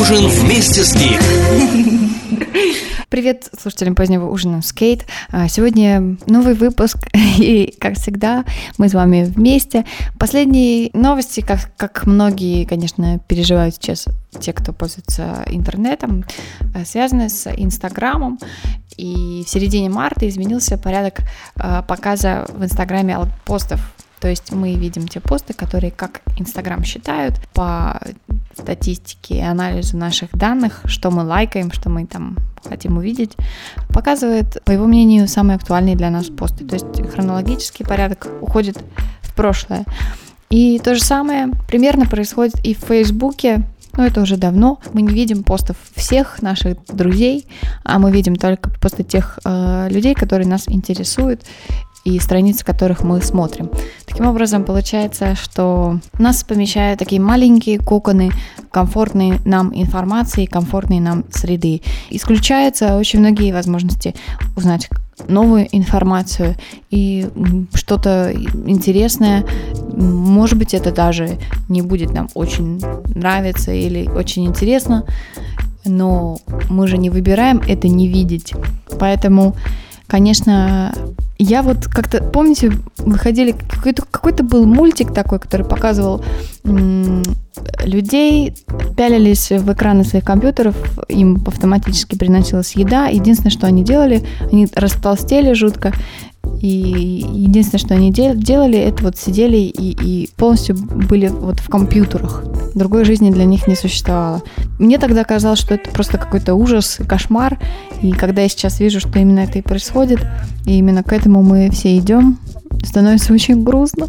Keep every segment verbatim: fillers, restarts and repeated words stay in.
Ужин вместе с Гик. Привет слушателям позднего ужина с Кейт. Сегодня новый выпуск, и, как всегда, мы с вами вместе. Последние новости, как, как многие, конечно, переживают сейчас те, кто пользуется интернетом, связаны с Инстаграмом. И в середине марта изменился порядок показа в Инстаграме постов. То есть мы видим те посты, которые, как Инстаграм считают, по статистике и анализу наших данных, что мы лайкаем, что мы там хотим увидеть, показывает, по его мнению, самые актуальные для нас посты. То есть хронологический порядок уходит в прошлое. И то же самое примерно происходит и в Фейсбуке. Но это уже давно. Мы не видим постов всех наших друзей, а мы видим только посты тех э, людей, которые нас интересуют, и страницы которых мы смотрим. Таким образом, получается, что нас помещают такие маленькие коконы комфортной нам информации, комфортной нам среды. Исключаются очень многие возможности узнать новую информацию и что-то интересное. Может быть, это даже не будет нам очень нравиться или очень интересно, но мы же не выбираем это не видеть. Поэтому, конечно, я вот как-то, помните, выходили, какой-то, какой-то был мультик такой, который показывал м- людей, пялились в экраны своих компьютеров, им автоматически приносилась еда. Единственное, что они делали, они растолстели жутко, и единственное, что они дел- делали, это вот сидели и, и полностью были вот в компьютерах. Другой жизни для них не существовало. Мне тогда казалось, что это просто какой-то ужас, кошмар. И когда я сейчас вижу, что именно это и происходит, и именно к этому мы все идем, становится очень грустно.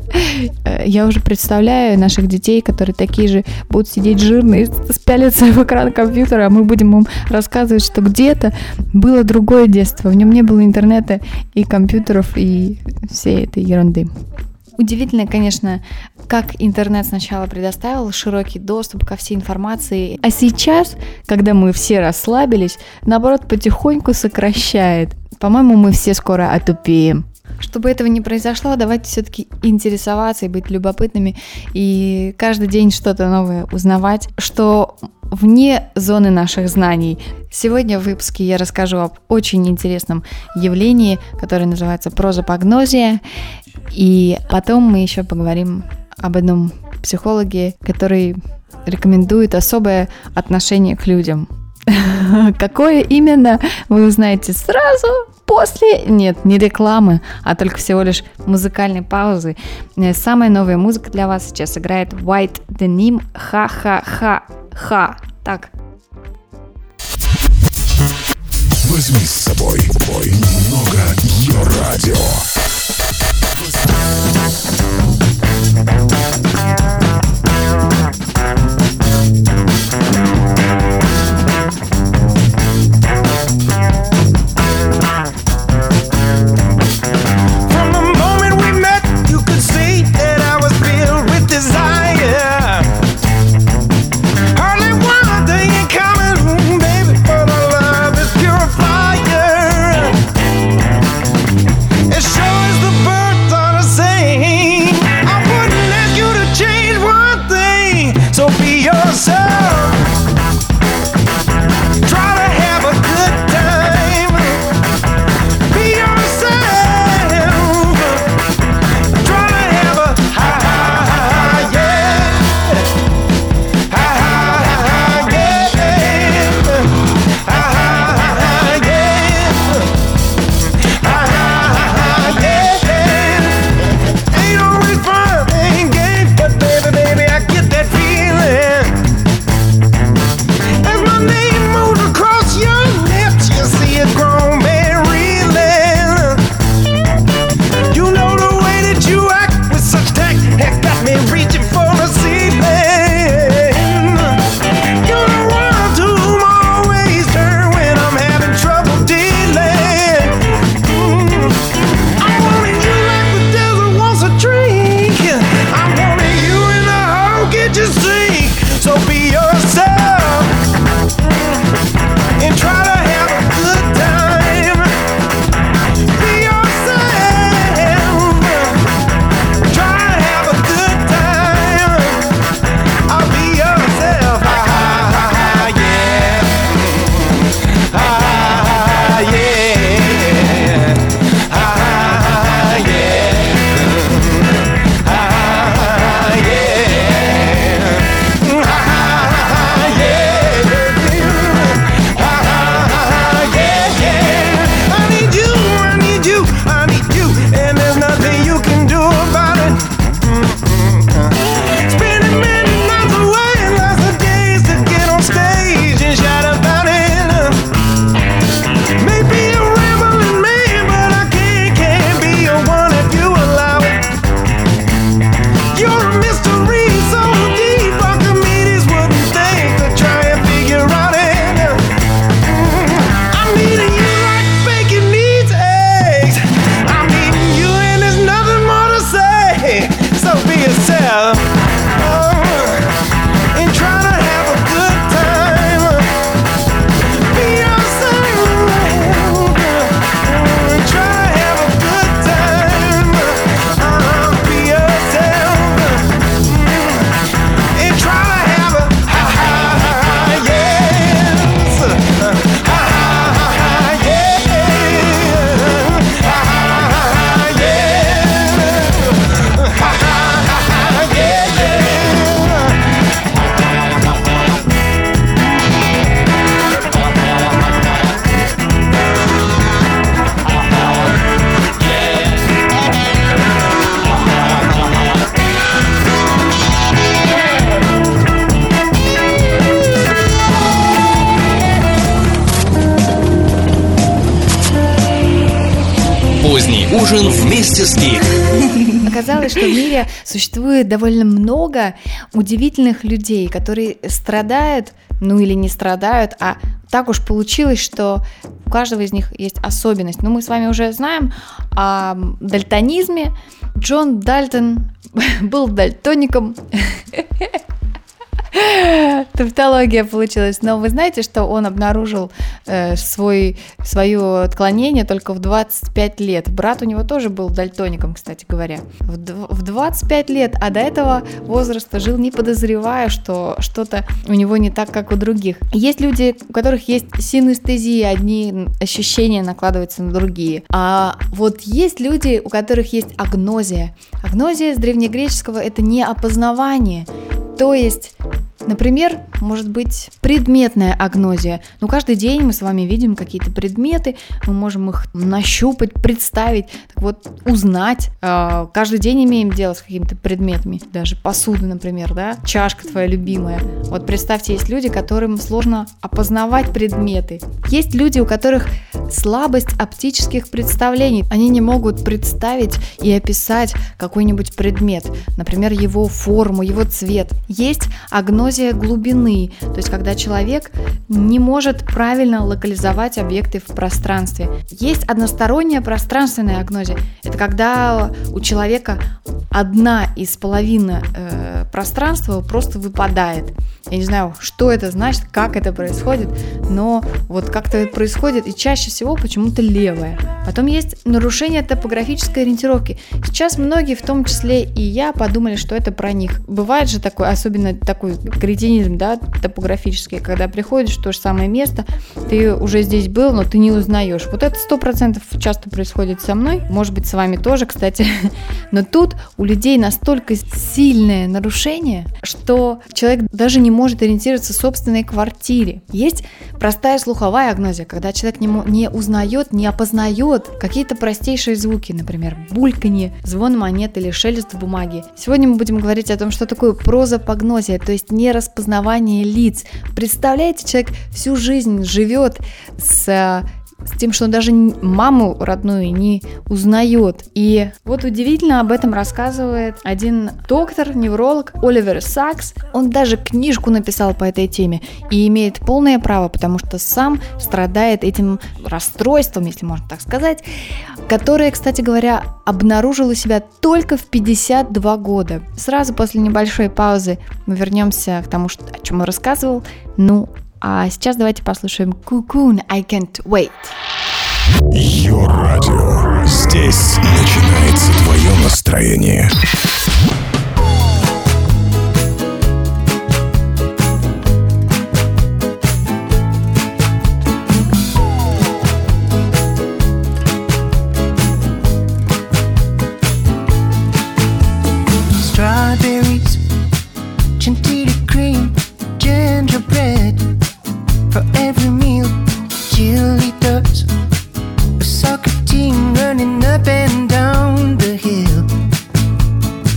Я уже представляю наших детей, которые такие же будут сидеть жирные, спялиться в экран компьютера, а мы будем им рассказывать, что где-то было другое детство. В нем не было интернета и компьютеров и всей этой ерунды. Удивительно, конечно, как интернет сначала предоставил широкий доступ ко всей информации, а сейчас, когда мы все расслабились, наоборот, потихоньку сокращает. По-моему, мы все скоро отупеем. Чтобы этого не произошло, давайте все-таки интересоваться и быть любопытными, и каждый день что-то новое узнавать, что вне зоны наших знаний. Сегодня в выпуске я расскажу об очень интересном явлении, которое называется прозапагнозия, и потом мы еще поговорим об одном психологе, который рекомендует особое отношение к людям. Какое именно, вы узнаете сразу после, нет, не рекламы, а только всего лишь музыкальной паузы. Самая новая музыка для вас сейчас играет White Denim Ха-ха-ха-ха. Так. Возьми с собой немного Йо-радио. It sure is Ужин вместе с Гик. Оказалось, что в мире существует довольно много удивительных людей, которые страдают, ну или не страдают, а так уж получилось, что у каждого из них есть особенность. Ну, мы с вами уже знаем о дальтонизме. Джон Дальтон был дальтоником. Тавтология получилась. Но вы знаете, что он обнаружил э, свой, свое отклонение только в двадцать пять лет. Брат у него тоже был дальтоником, кстати говоря. В, в двадцать пять лет, а до этого возраста жил, не подозревая, что что-то у него не так, как у других. Есть люди, у которых есть синестезия, одни ощущения накладываются на другие. А вот есть люди, у которых есть агнозия. Агнозия с древнегреческого — это не опознавание. То есть, например, может быть предметная агнозия. Ну, каждый день мы с вами видим какие-то предметы, мы можем их нащупать, представить, так вот, узнать. Каждый день имеем дело с какими-то предметами, даже посуда, например, да, чашка твоя любимая. Вот представьте, есть люди, которым сложно опознавать предметы. Есть люди, у которых слабость оптических представлений. Они не могут представить и описать какой-нибудь предмет, например, его форму, его цвет. Есть агнозия глубины, то есть когда человек не может правильно локализовать объекты в пространстве. Есть односторонняя пространственная агнозия. Это когда у человека одна из половины э, пространства просто выпадает. Я не знаю, что это значит, как это происходит, но вот как-то это происходит, и чаще всего почему-то левая. Потом есть нарушение топографической ориентировки. Сейчас многие, в том числе и я, подумали, что это про них. Бывает же такой, особенно такой кретинизм, да, топографический, когда приходишь в то же самое место, ты уже здесь был, но ты не узнаешь. Вот это сто процентов часто происходит со мной, может быть, с вами тоже, кстати. Но тут у людей настолько сильное нарушение, что человек даже не может ориентироваться в собственной квартире. Есть простая слуховая агнозия, когда человек не, не узнает, не опознает какие-то простейшие звуки, например, бульканье, звон монет или шелест в бумаге. Сегодня мы будем говорить о том, что такое прозапагнозия, то есть нераспознавание лиц. Представляете, человек всю жизнь живет с... с тем, что он даже маму родную не узнает. И вот удивительно об этом рассказывает один доктор, невролог Оливер Сакс. Он даже книжку написал по этой теме и имеет полное право, потому что сам страдает этим расстройством, если можно так сказать, которое, кстати говоря, обнаружил у себя только в пятьдесят два года. Сразу после небольшой паузы мы вернемся к тому, что, о чем он рассказывал. Ну, а сейчас давайте послушаем Cocoon, I Can't Wait. Йо-радио. Здесь начинается твое настроение. Strawberries, chantilly cream, gingerbread. For every meal, cheerleaders, a soccer team running up and down the hill.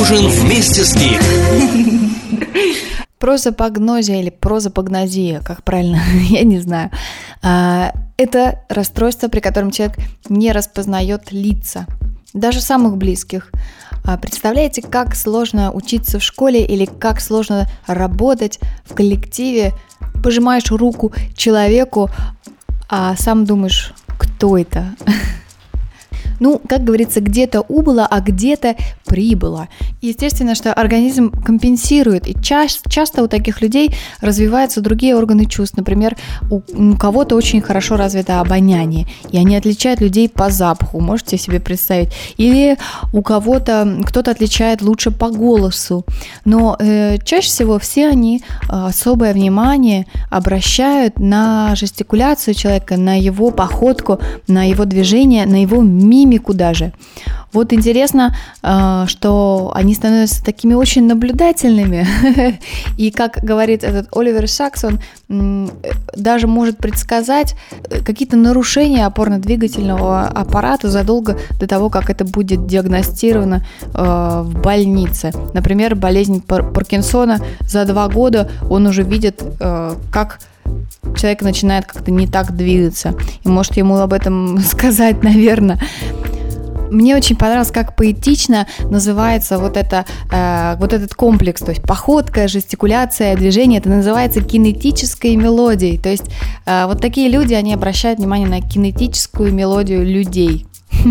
Ужин вместе с Гик. Прозапагнозия или прозапагнозия, как правильно, я не знаю. Это расстройство, при котором человек не распознает лица, даже самых близких. Представляете, как сложно учиться в школе или как сложно работать в коллективе? Пожимаешь руку человеку, а сам думаешь, кто это? Ну, как говорится, где-то убыло, а где-то прибыло. Естественно, что организм компенсирует, и ча- часто у таких людей развиваются другие органы чувств. Например, у, у кого-то очень хорошо развито обоняние, и они отличают людей по запаху, можете себе представить. Или у кого-то кто-то отличает лучше по голосу. Но э, чаще всего все они э, особое внимание обращают на жестикуляцию человека, на его походку, на его движение, на его мимику даже. Вот интересно, что они становятся такими очень наблюдательными. И, как говорит этот Оливер Сакс, он даже может предсказать какие-то нарушения опорно-двигательного аппарата задолго до того, как это будет диагностировано в больнице. Например, болезнь Паркинсона. За два года он уже видит, как человек начинает как-то не так двигаться. И может ему об этом сказать, наверное. Мне очень понравилось, как поэтично называется вот, это, э, вот этот комплекс, то есть походка, жестикуляция, движение, это называется кинетической мелодией. То есть э, вот такие люди, они обращают внимание на кинетическую мелодию людей.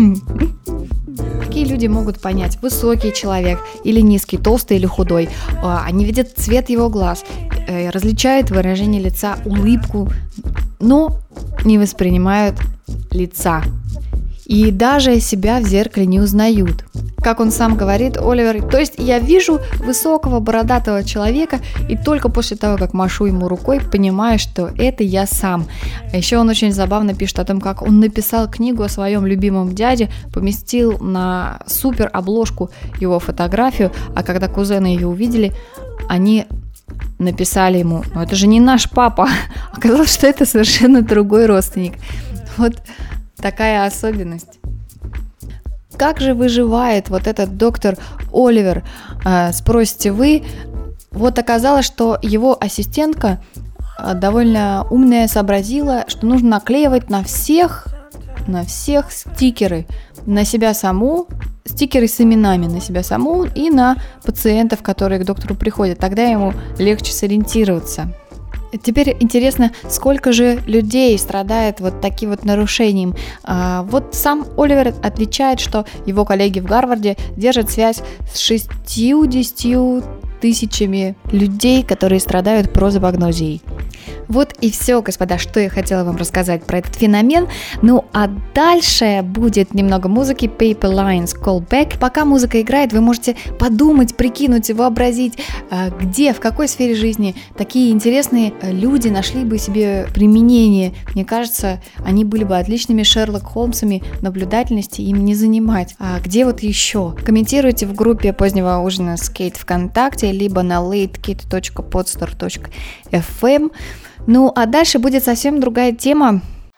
Какие люди могут понять, высокий человек или низкий, толстый или худой? Они видят цвет его глаз, различают выражение лица, улыбку, но не воспринимают лица. И даже себя в зеркале не узнают. Как он сам говорит, Оливер, то есть я вижу высокого бородатого человека, и только после того, как машу ему рукой, понимаю, что это я сам. А еще он очень забавно пишет о том, как он написал книгу о своем любимом дяде, поместил на супер обложку его фотографию, а когда кузены ее увидели, они написали ему: ну это же не наш папа. Оказалось, что это совершенно другой родственник. Вот такая особенность. Как же выживает вот этот доктор Оливер, э, спросите вы. Вот оказалось, что его ассистентка э, довольно умная сообразила, что нужно наклеивать на всех, на всех стикеры, на себя саму, стикеры с именами на себя саму и на пациентов, которые к доктору приходят. Тогда ему легче сориентироваться. Теперь интересно, сколько же людей страдает вот таким вот нарушением. А, вот сам Оливер отвечает, что его коллеги в Гарварде держат связь с шестьюдесятью тысячами людей, которые страдают прозапагнозией. Вот и все, господа, что я хотела вам рассказать про этот феномен. Ну а дальше будет немного музыки. Paper Lines Call Back. Пока музыка играет, вы можете подумать, прикинуть, вообразить, где, в какой сфере жизни такие интересные люди нашли бы себе применение. Мне кажется, они были бы отличными Шерлок Холмсами, наблюдательности им не занимать. А где вот еще? Комментируйте в группе позднего ужина с Кейт ВКонтакте, либо на лейт кит точка подстар точка эф эм. Ну, а дальше будет совсем другая тема.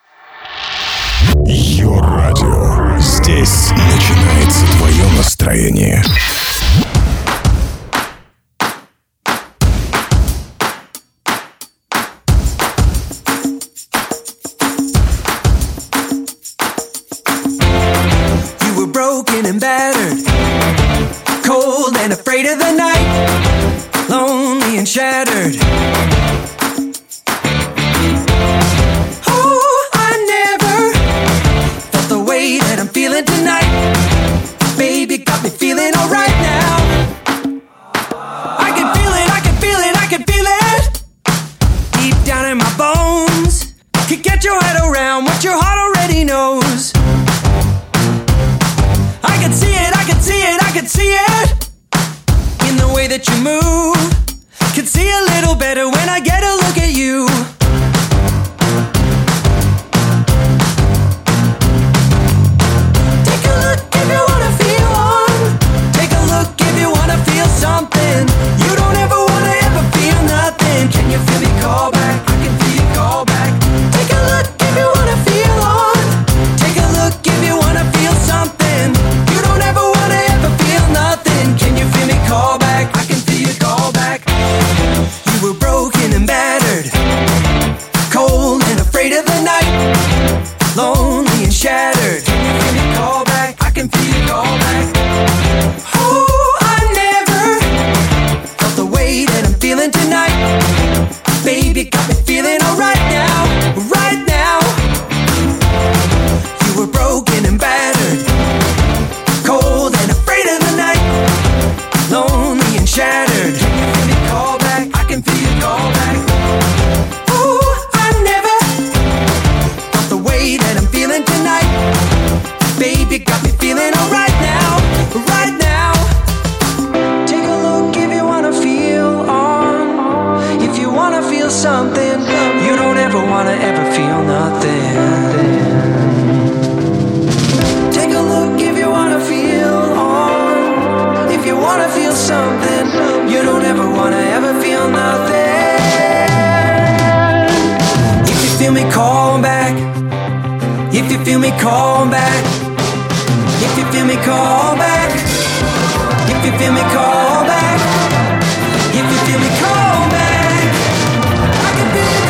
Йо-радио. Здесь начинается твое настроение. You were broken and battered, cold and afraid of the night, lonely and shattered. Tonight, baby, got me feeling alright now. I can feel it, I can feel it, I can feel it deep down in my bones. Can get your head around what your heart already knows. I can see it, I can see it, I can see it in the way that you move. Can see a little better when I get a look at you. Something you don't ever wanna ever feel nothing. Can you feel me call back? I can feel you call back. Take a look if you wanna feel on. Take a look if you wanna feel something. You don't ever wanna ever feel nothing. Can you feel me call back. I can feel you call back. You were broken and battered, cold and afraid of the night, lonely and shattered. Can you feel me call back? I can feel you call back. Oh, I never felt the way that I'm feeling tonight. Baby, got me feeling alright now, right now. You were broken and battered, cold and afraid of the night, lonely and shattered. Can you feel me call back? I can feel you call back. Oh, I never felt the way that I'm feeling tonight. Baby, got me feeling alright now, right now. Take a look if you wanna feel on. If you wanna feel something, you don't ever wanna ever feel nothing. Take a look if you wanna feel on. If you wanna feel something, you don't ever wanna ever feel nothing. If you feel me, call back. If you feel me, call back. If you feel me, call back. If you feel me, call back. If you feel me, call back. I can feel you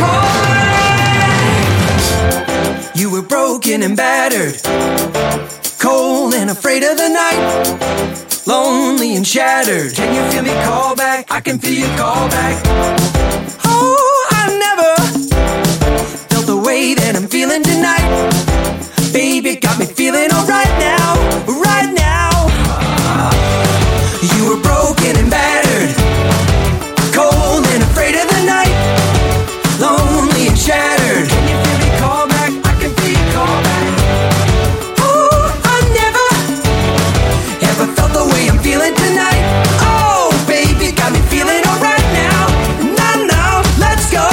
call back. You were broken and battered, cold and afraid of the night, lonely and shattered. Can you feel me call back? I can feel you call back. Oh, I never felt the way that I'm feeling tonight. Baby, got me feeling alright now, right now. You were broken and battered, cold and afraid of the night, lonely and shattered. Can you feel me call back? I can feel you call back. Oh, I never ever felt the way I'm feeling tonight. Oh, baby, got me feeling alright now. Now, now, let's go.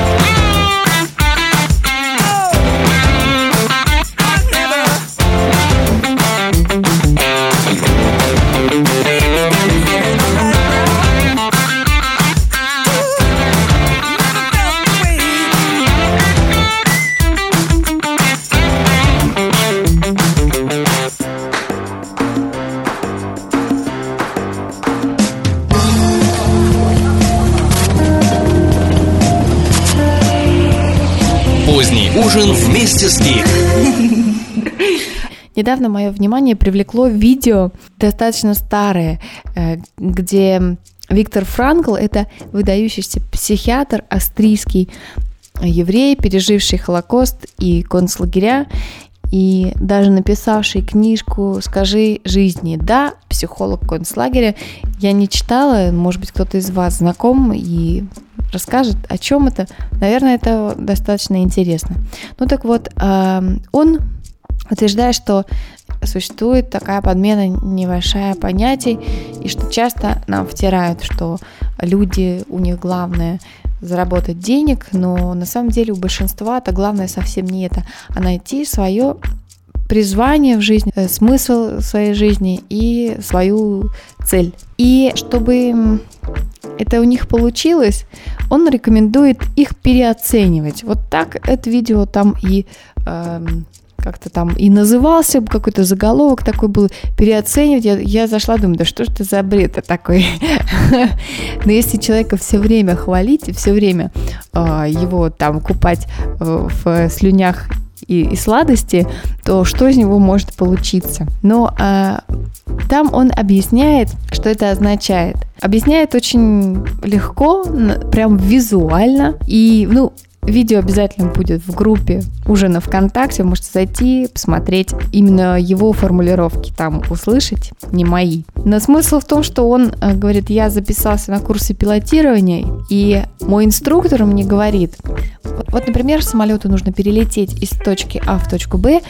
Поздний ужин вместе с Гик. Недавно мое внимание привлекло видео, достаточно старое, где Виктор Франкл, это выдающийся психиатр австрийский, еврей, переживший Холокост и концлагеря, и даже написавший книжку «Скажи жизни». Да, психолог концлагеря. Я не читала, может быть, кто-то из вас знаком и расскажет, о чем это. Наверное, это достаточно интересно. Ну так вот, он утверждает, что существует такая подмена небольшая понятий, и что часто нам втирают, что люди, у них главное заработать денег, но на самом деле у большинства это главное совсем не это, а найти свое призвание в жизни, смысл своей жизни и свою цель. И чтобы это у них получилось, он рекомендует их переоценивать. Вот так это видео там и э, как-то там и назывался, какой-то заголовок такой был, переоценивать. Я, я зашла, думаю, да что ж это за бред такой? Но если человека все время хвалить, все время э, его там купать э, в слюнях и, и сладости, то что из него может получиться? Но э, там он объясняет, что это означает. Объясняет очень легко, прям визуально. И, ну, видео обязательно будет в группе уже на ВКонтакте. Вы можете зайти, посмотреть именно его формулировки, там услышать, не мои. Но смысл в том, что он говорит, я записался на курсы пилотирования, и мой инструктор мне говорит, вот, например, самолету нужно перелететь из точки А в точку Б,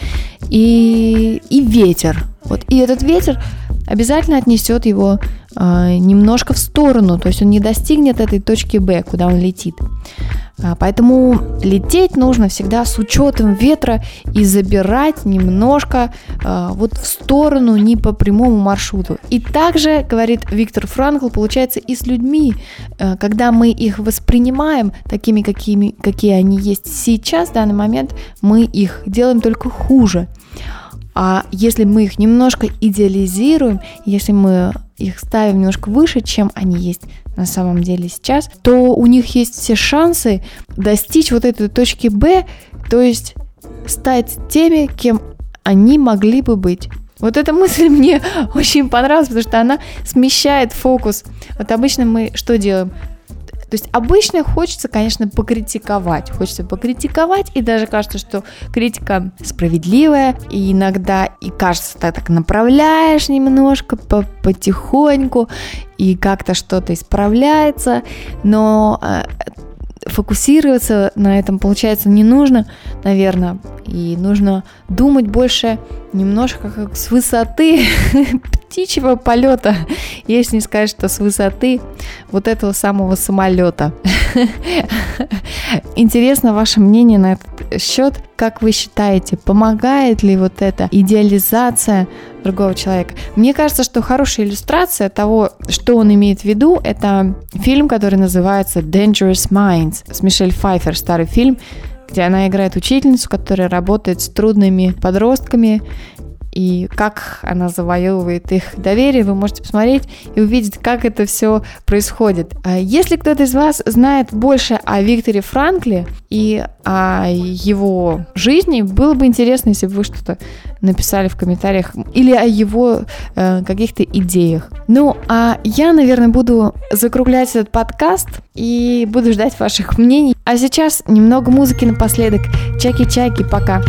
и, и ветер. Вот, и этот ветер обязательно отнесет его э, немножко в сторону, то есть он не достигнет этой точки Б, куда он летит. А, поэтому лететь нужно всегда с учетом ветра и забирать немножко э, вот в сторону, не по прямому маршруту. И также, говорит Виктор Франкл, получается и с людьми, э, когда мы их воспринимаем такими, какими, какие они есть сейчас, в данный момент, мы их делаем только хуже. А если мы их немножко идеализируем, если мы их ставим немножко выше, чем они есть на самом деле сейчас, то у них есть все шансы достичь вот этой точки Б, то есть стать теми, кем они могли бы быть. Вот эта мысль мне очень понравилась, потому что она смещает фокус. Вот обычно мы что делаем? То есть обычно хочется, конечно, покритиковать. Хочется покритиковать, и даже кажется, что критика справедливая, и иногда, и кажется, ты так направляешь немножко потихоньку, и как-то что-то исправляется, но фокусироваться на этом, получается, не нужно, наверное, и нужно думать больше немножко как с высоты птичьего полета, если не сказать, что с высоты вот этого самого самолета. Интересно ваше мнение на этот счет. Как вы считаете, помогает ли вот эта идеализация другого человека? Мне кажется, что хорошая иллюстрация того, что он имеет в виду, это фильм, который называется Dangerous Minds с Мишель Пфайффер, старый фильм, где она играет учительницу, которая работает с трудными подростками, и как она завоевывает их доверие. Вы можете посмотреть и увидеть, как это все происходит. Если кто-то из вас знает больше о Викторе Франкле и о его жизни, было бы интересно, если бы вы что-то написали в комментариях или о его э, каких-то идеях. Ну, а я, наверное, буду закруглять этот подкаст и буду ждать ваших мнений. А сейчас немного музыки напоследок. Чаки-чаки, пока.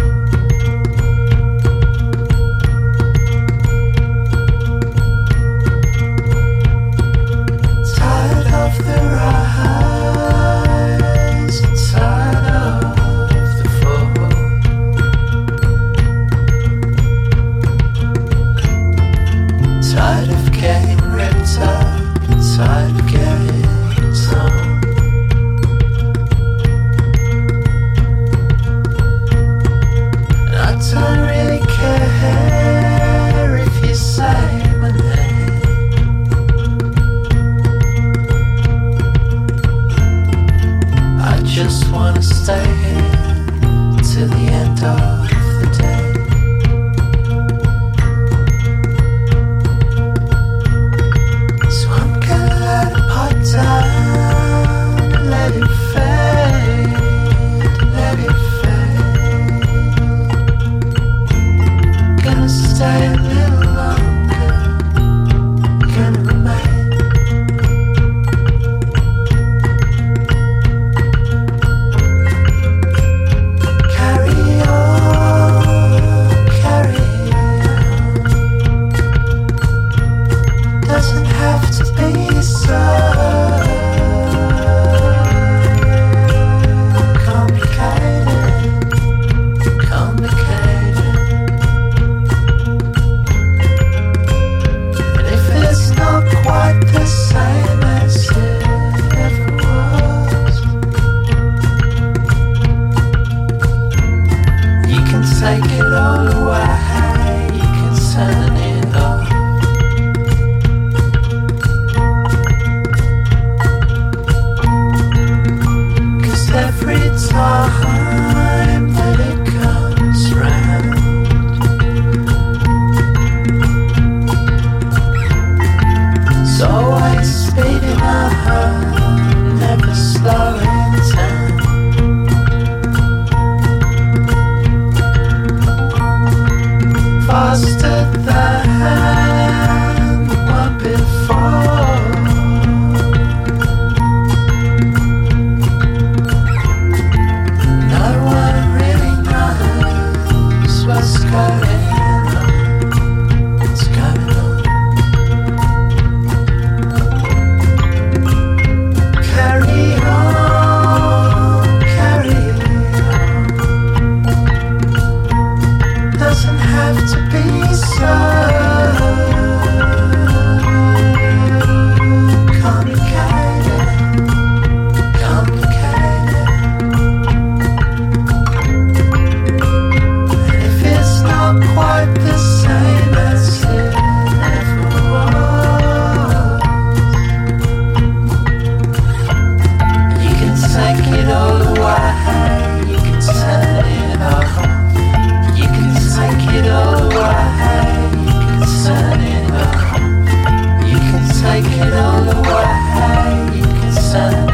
wonder why you can sign.